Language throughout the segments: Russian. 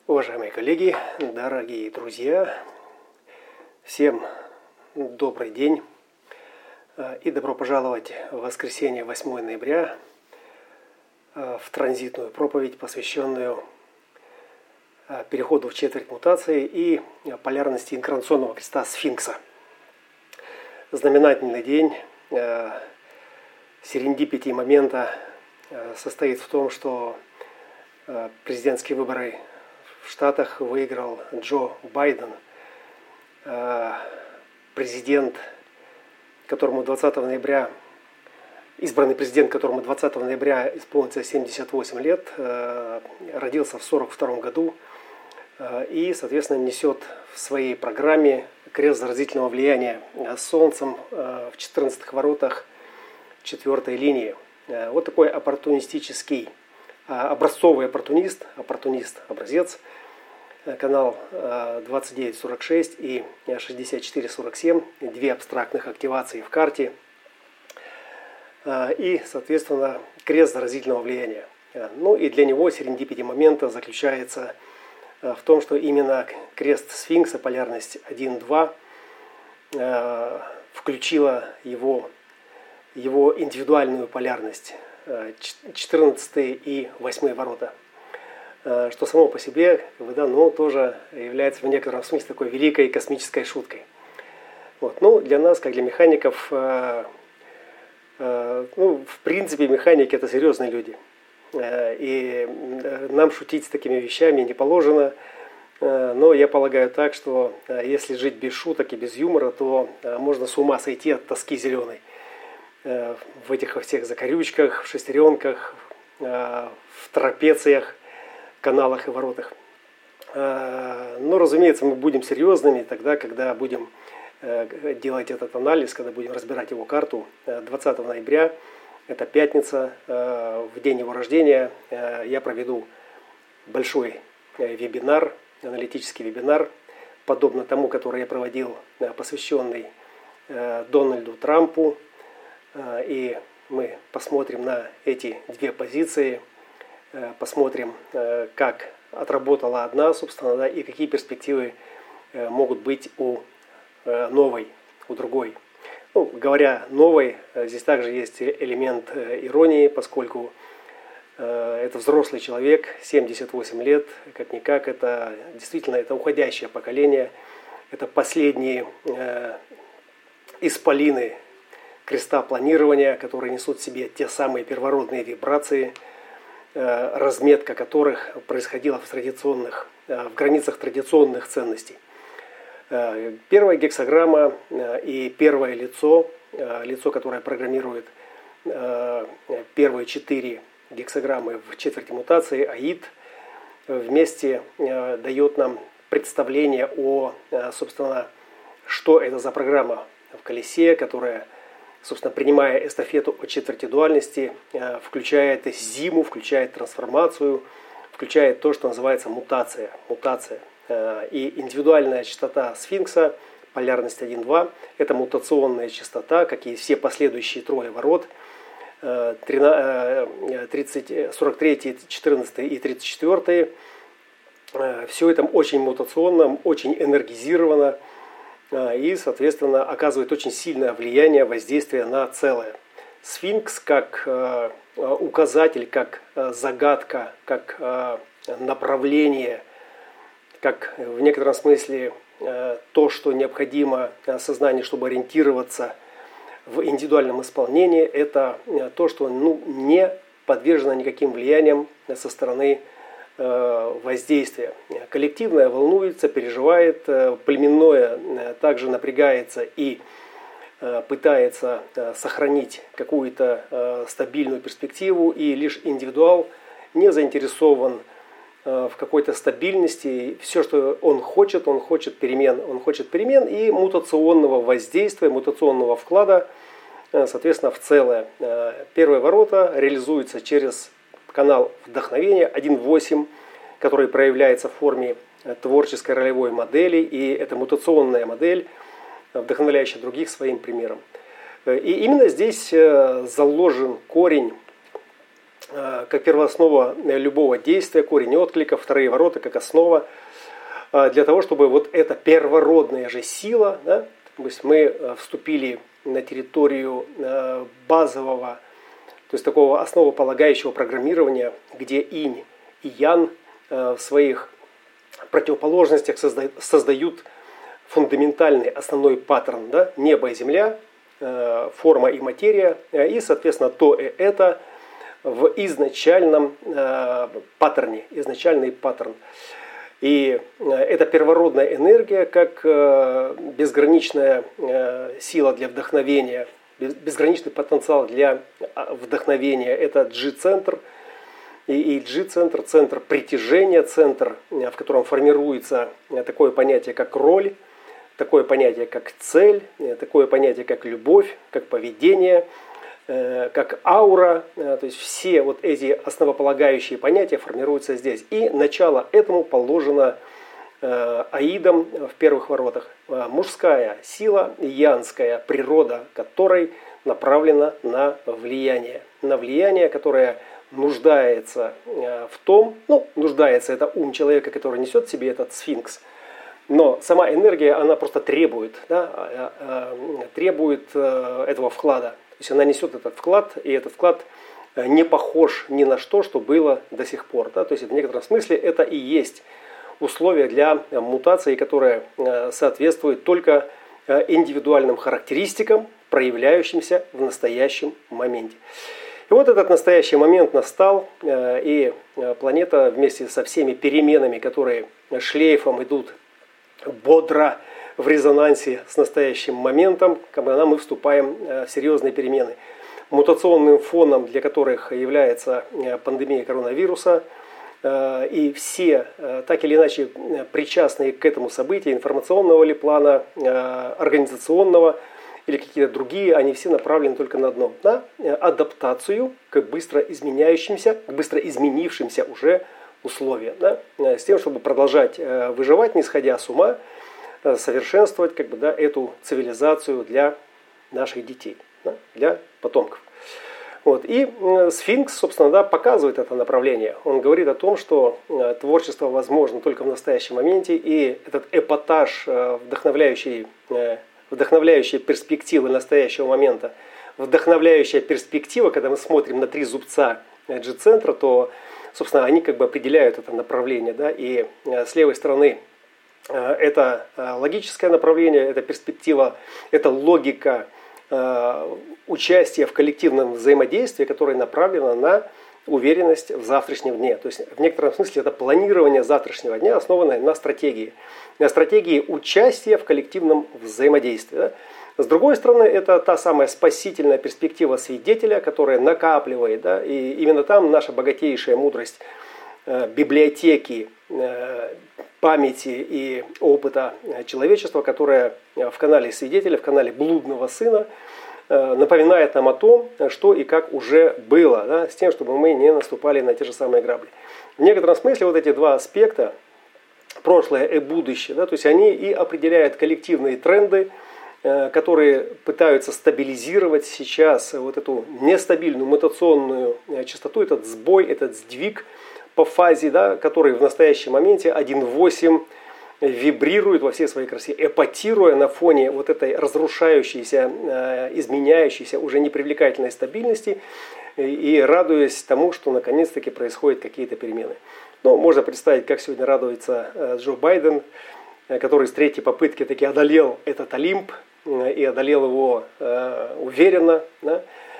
Уважаемые коллеги, дорогие друзья, всем добрый день и добро пожаловать в воскресенье 8 ноября в транзитную проповедь, посвященную переходу в четверть мутации и полярности инкарнационного креста Сфинкса. Знаменательный день, серендипити момента состоит в том, что президентские выборы в Штатах выиграл Джо Байден, президент, которому 20 ноября, избранный президент, которому 20 ноября исполнится 78 лет, родился в 1942 году и, соответственно, несет в своей программе крест заразительного влияния с Солнцем в 14 воротах 4-й линии. Вот такой оппортунистический, образцовый оппортунист-образец. Канал 2946 и 6447, две абстрактных активации в карте. И, соответственно, крест заразительного влияния. Ну и для него серендипити момента заключается в том, что именно крест Сфинкса, полярность 1-2, включила его индивидуальную полярность 14 и 8 ворота. Что само по себе тоже является в некотором смысле такой великой космической шуткой. Вот. Ну, для нас, как для механиков, в принципе, механики – это серьезные люди. И нам шутить с такими вещами не положено. Но я полагаю так, что если жить без шуток и без юмора, то можно с ума сойти от тоски зеленой. В этих всех закорючках, в шестеренках, в трапециях, каналах и воротах. Но, разумеется, мы будем серьезными тогда, когда будем делать этот анализ, когда будем разбирать его карту. 20 ноября, это пятница, в день его рождения, я проведу большой вебинар, аналитический вебинар, подобно тому, который я проводил, посвященный Дональду Трампу. И мы посмотрим на эти две позиции, посмотрим, как отработала одна, собственно, да, и какие перспективы могут быть у новой, у другой. Ну, говоря новой, здесь также есть элемент иронии, поскольку это взрослый человек, 78 лет, как-никак, это действительно это уходящее поколение, это последние исполины креста планирования, которые несут в себе те самые первородные вибрации, разметка которых происходила в границах традиционных ценностей. Первая гексограмма и первое лицо, которое программирует первые 4 гексограммы в четверти мутации, АИД, вместе дает нам представление о, собственно, что это за программа в колесе, которая, собственно, принимая эстафету от четверти дуальности, включает зиму, включает трансформацию, включает то, что называется мутация. И индивидуальная частота Сфинкса, полярность 1-2, это мутационная частота, как и все последующие трое ворот, 43, 14 и 34. Все это очень мутационно, очень энергизировано и, соответственно, оказывает очень сильное влияние, воздействие на целое. Сфинкс как указатель, как загадка, как направление, как в некотором смысле то, что необходимо сознанию, чтобы ориентироваться в индивидуальном исполнении, это то, что не подвержено никаким влияниям со стороны воздействия. Коллективное волнуется, переживает, племенное также напрягается и пытается сохранить какую-то стабильную перспективу, и лишь индивидуал не заинтересован в какой-то стабильности. Все, что он хочет перемен и мутационного воздействия, мутационного вклада, соответственно, в целое. Первые ворота реализуются через канал вдохновения 1.8, который проявляется в форме творческой ролевой модели, и это мутационная модель, вдохновляющая других своим примером. И именно здесь заложен корень как первооснова любого действия, корень отклика, вторые ворота как основа, для того, чтобы вот эта первородная же сила, да, то есть мы вступили на территорию базового, то есть такого основополагающего программирования, где инь и ян в своих противоположностях создают фундаментальный основной паттерн, да, небо и земля, форма и материя, и, соответственно, то и это в изначальном паттерне, изначальный паттерн. И это первородная энергия, как безграничная сила для вдохновения, безграничный потенциал для вдохновения. Это G-центр. И G-центр, центр притяжения, центр, в котором формируется такое понятие, как роль, такое понятие, как цель, такое понятие, как любовь, как поведение, как аура. То есть все вот эти основополагающие понятия формируются здесь. И начало этому положено Аидом в первых воротах. Мужская сила, янская природа, которой направлена на влияние, которое нуждается в том, нуждается это ум человека, который несет в себе этот сфинкс, но сама энергия, она просто требует, да, требует этого вклада. То есть она несет этот вклад, и этот вклад не похож ни на что было до сих пор. Да? То есть в некотором смысле это и есть условия для мутации, которые соответствуют только индивидуальным характеристикам, проявляющимся в настоящем моменте. И вот этот настоящий момент настал, и планета вместе со всеми переменами, которые шлейфом идут бодро в резонансе с настоящим моментом, когда мы вступаем в серьезные перемены. Мутационным фоном, для которых является пандемия коронавируса, и все, так или иначе, причастные к этому событию, информационного ли плана, организационного или какие-то другие, они все направлены только на одно, на адаптацию к быстро изменяющимся, к быстро изменившимся уже условиям, да, с тем, чтобы продолжать выживать, не сходя с ума, совершенствовать эту цивилизацию для наших детей, да, для потомков. Вот. И сфинкс, собственно, показывает это направление. Он говорит о том, что творчество возможно только в настоящем моменте, и этот эпатаж, вдохновляющий перспективы настоящего момента, вдохновляющая перспектива, когда мы смотрим на три зубца G-центра, то, собственно, они определяют это направление. Да? И с левой стороны это логическое направление, это перспектива, это логика участия в коллективном взаимодействии, которое направлено на уверенность в завтрашнем дне. То есть в некотором смысле это планирование завтрашнего дня, основанное на стратегии участия в коллективном взаимодействии. Да? С другой стороны, это та самая спасительная перспектива свидетеля, которая накапливает, да? И именно там наша богатейшая мудрость библиотеки памяти и опыта человечества, которая в канале свидетеля, в канале блудного сына, напоминает нам о том, что и как уже было, да, с тем, чтобы мы не наступали на те же самые грабли. В некотором смысле вот эти два аспекта, прошлое и будущее, да, то есть они и определяют коллективные тренды, которые пытаются стабилизировать сейчас вот эту нестабильную мутационную частоту, этот сбой, этот сдвиг по фазе, да, который в настоящем моменте 1.8 вибрирует во всей своей красе, эпатируя на фоне вот этой разрушающейся, изменяющейся, уже непривлекательной стабильности и радуясь тому, что наконец-таки происходят какие-то перемены. Ну, можно представить, как сегодня радуется Джо Байден, который с третьей попытки таки одолел этот Олимп и одолел его уверенно. Да?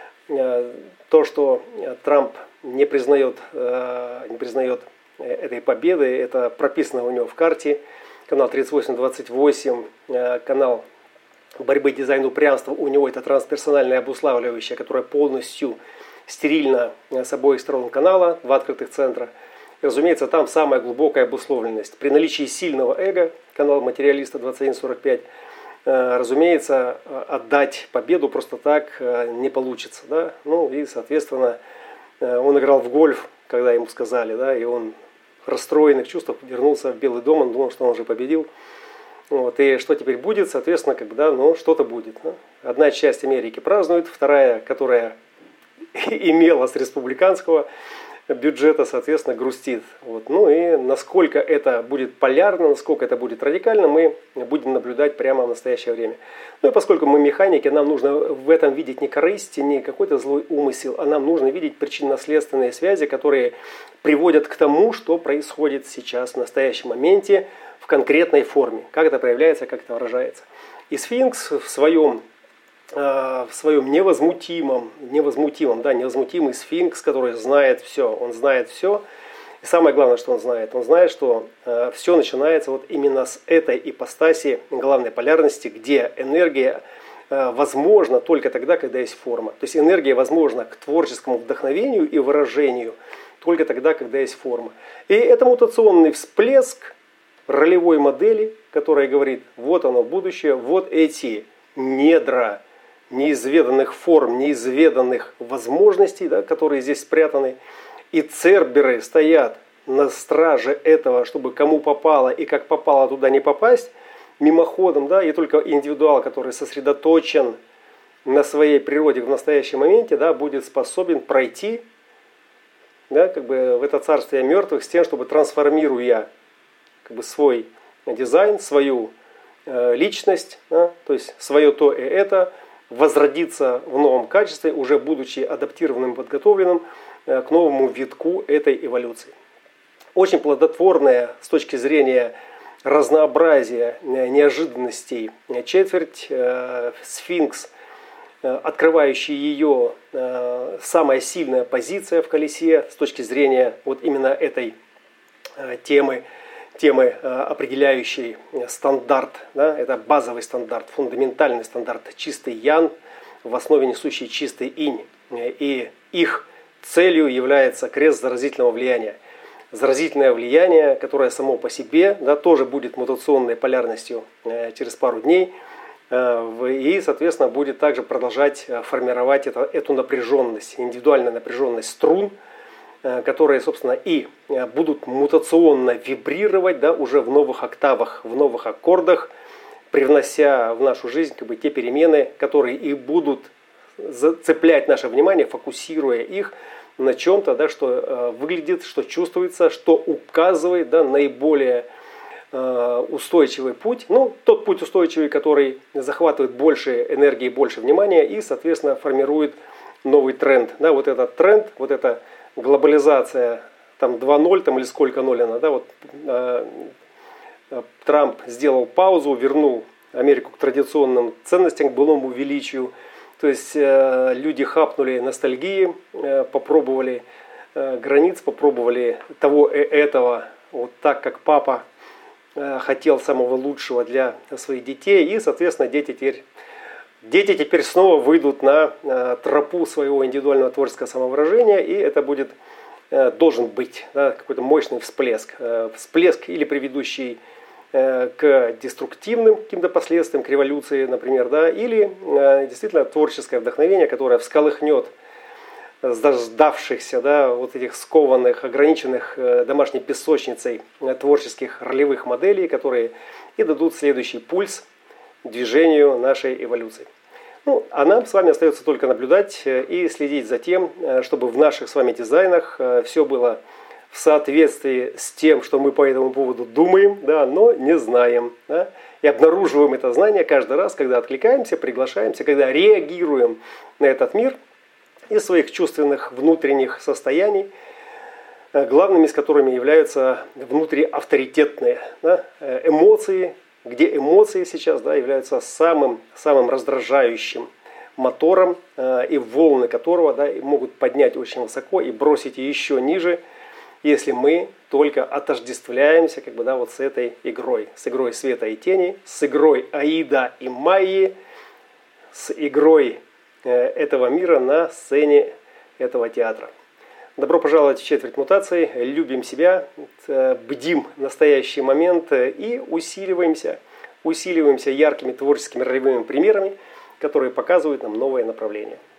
То, что Трамп не признает этой победы, это прописано у него в карте. Канал 3828, канал борьбы, дизайн, упрямства, у него это трансперсональное обуславливающее, которое полностью стерильно с обоих сторон канала, два открытых центра. И, разумеется, там самая глубокая обусловленность. При наличии сильного эго, канал материалиста 2145, разумеется, отдать победу просто так не получится. Да? Ну и, соответственно, он играл в гольф, когда ему сказали, да, и он в расстроенных чувствах вернулся в Белый дом, он думал, что он уже победил. Вот, и что теперь будет, соответственно, что-то будет. Да? Одна часть Америки празднует, вторая, которая имела с республиканского бюджета, соответственно, грустит. Вот. Ну и насколько это будет полярно, насколько это будет радикально, мы будем наблюдать прямо в настоящее время. Ну и поскольку мы механики, нам нужно в этом видеть не корысть, не какой-то злой умысел, а нам нужно видеть причинно-следственные связи, которые приводят к тому, что происходит сейчас в настоящем моменте в конкретной форме, как это проявляется, как это выражается. И сфинкс в своем невозмутимый сфинкс, который знает все. Он знает все. И самое главное, что он знает. Он знает, что все начинается вот именно с этой ипостаси главной полярности, где энергия возможна только тогда, когда есть форма. То есть энергия возможна к творческому вдохновению и выражению только тогда, когда есть форма. И это мутационный всплеск ролевой модели, которая говорит, вот оно будущее, вот эти недра неизведанных форм, неизведанных возможностей, да, которые здесь спрятаны. И церберы стоят на страже этого, чтобы кому попало и как попало туда не попасть мимоходом. Да, и только индивидуал, который сосредоточен на своей природе в настоящем моменте, да, будет способен пройти, да, как бы в это царствие мертвых с тем, чтобы, трансформируя как бы свой дизайн, свою личность, да, то есть свое то и это, возродиться в новом качестве, уже будучи адаптированным, подготовленным к новому витку этой эволюции. Очень плодотворная с точки зрения разнообразия, неожиданностей четверть, сфинкс, открывающий ее самая сильная позиция в колесе с точки зрения вот именно этой темы, определяющей стандарт, да, это базовый стандарт, фундаментальный стандарт, чистый ян, в основе несущий чистый инь. И их целью является крест заразительного влияния. Заразительное влияние, которое само по себе, да, тоже будет мутационной полярностью через пару дней. И, соответственно, будет также продолжать формировать эту напряженность, индивидуальную напряженность струн, которые, собственно, и будут мутационно вибрировать, да, уже в новых октавах, в новых аккордах, привнося в нашу жизнь как бы те перемены, которые и будут зацеплять наше внимание, фокусируя их на чем-то, да, что выглядит, что чувствуется, что указывает, да, наиболее устойчивый путь. Ну, тот путь устойчивый, который захватывает больше энергии, больше внимания и, соответственно, формирует новый тренд. Да, вот этот тренд, вот эта глобализация там 2.0 там, или сколько 0 она, да, вот Трамп сделал паузу, вернул Америку к традиционным ценностям, к былому величию. То есть люди хапнули ностальгии, попробовали границ, попробовали того и этого, вот так как папа хотел самого лучшего для своих детей. И, соответственно, дети теперь снова выйдут на тропу своего индивидуального творческого самовыражения, и это будет, должен быть, да, какой-то мощный всплеск. Всплеск или приведущий к деструктивным каким-то последствиям, к революции, например, да, или действительно творческое вдохновение, которое всколыхнет заждавшихся, да, вот этих скованных, ограниченных домашней песочницей творческих ролевых моделей, которые и дадут следующий пульс движению нашей эволюции. Ну, а нам с вами остается только наблюдать и следить за тем, чтобы в наших с вами дизайнах все было в соответствии с тем, что мы по этому поводу думаем, да, но не знаем. Да, и обнаруживаем это знание каждый раз, когда откликаемся, приглашаемся, когда реагируем на этот мир из своих чувственных внутренних состояний, главными из которыми являются внутриавторитетные, да, эмоции, где эмоции сейчас, да, являются самым раздражающим мотором, и волны которого, да, могут поднять очень высоко и бросить еще ниже, если мы только отождествляемся как бы, да, вот с этой игрой. С игрой света и тени, с игрой Аида и Майи, с игрой этого мира на сцене этого театра. Добро пожаловать в четверть мутаций. Любим себя, бдим настоящий момент и усиливаемся яркими творческими ролевыми примерами, которые показывают нам новое направление.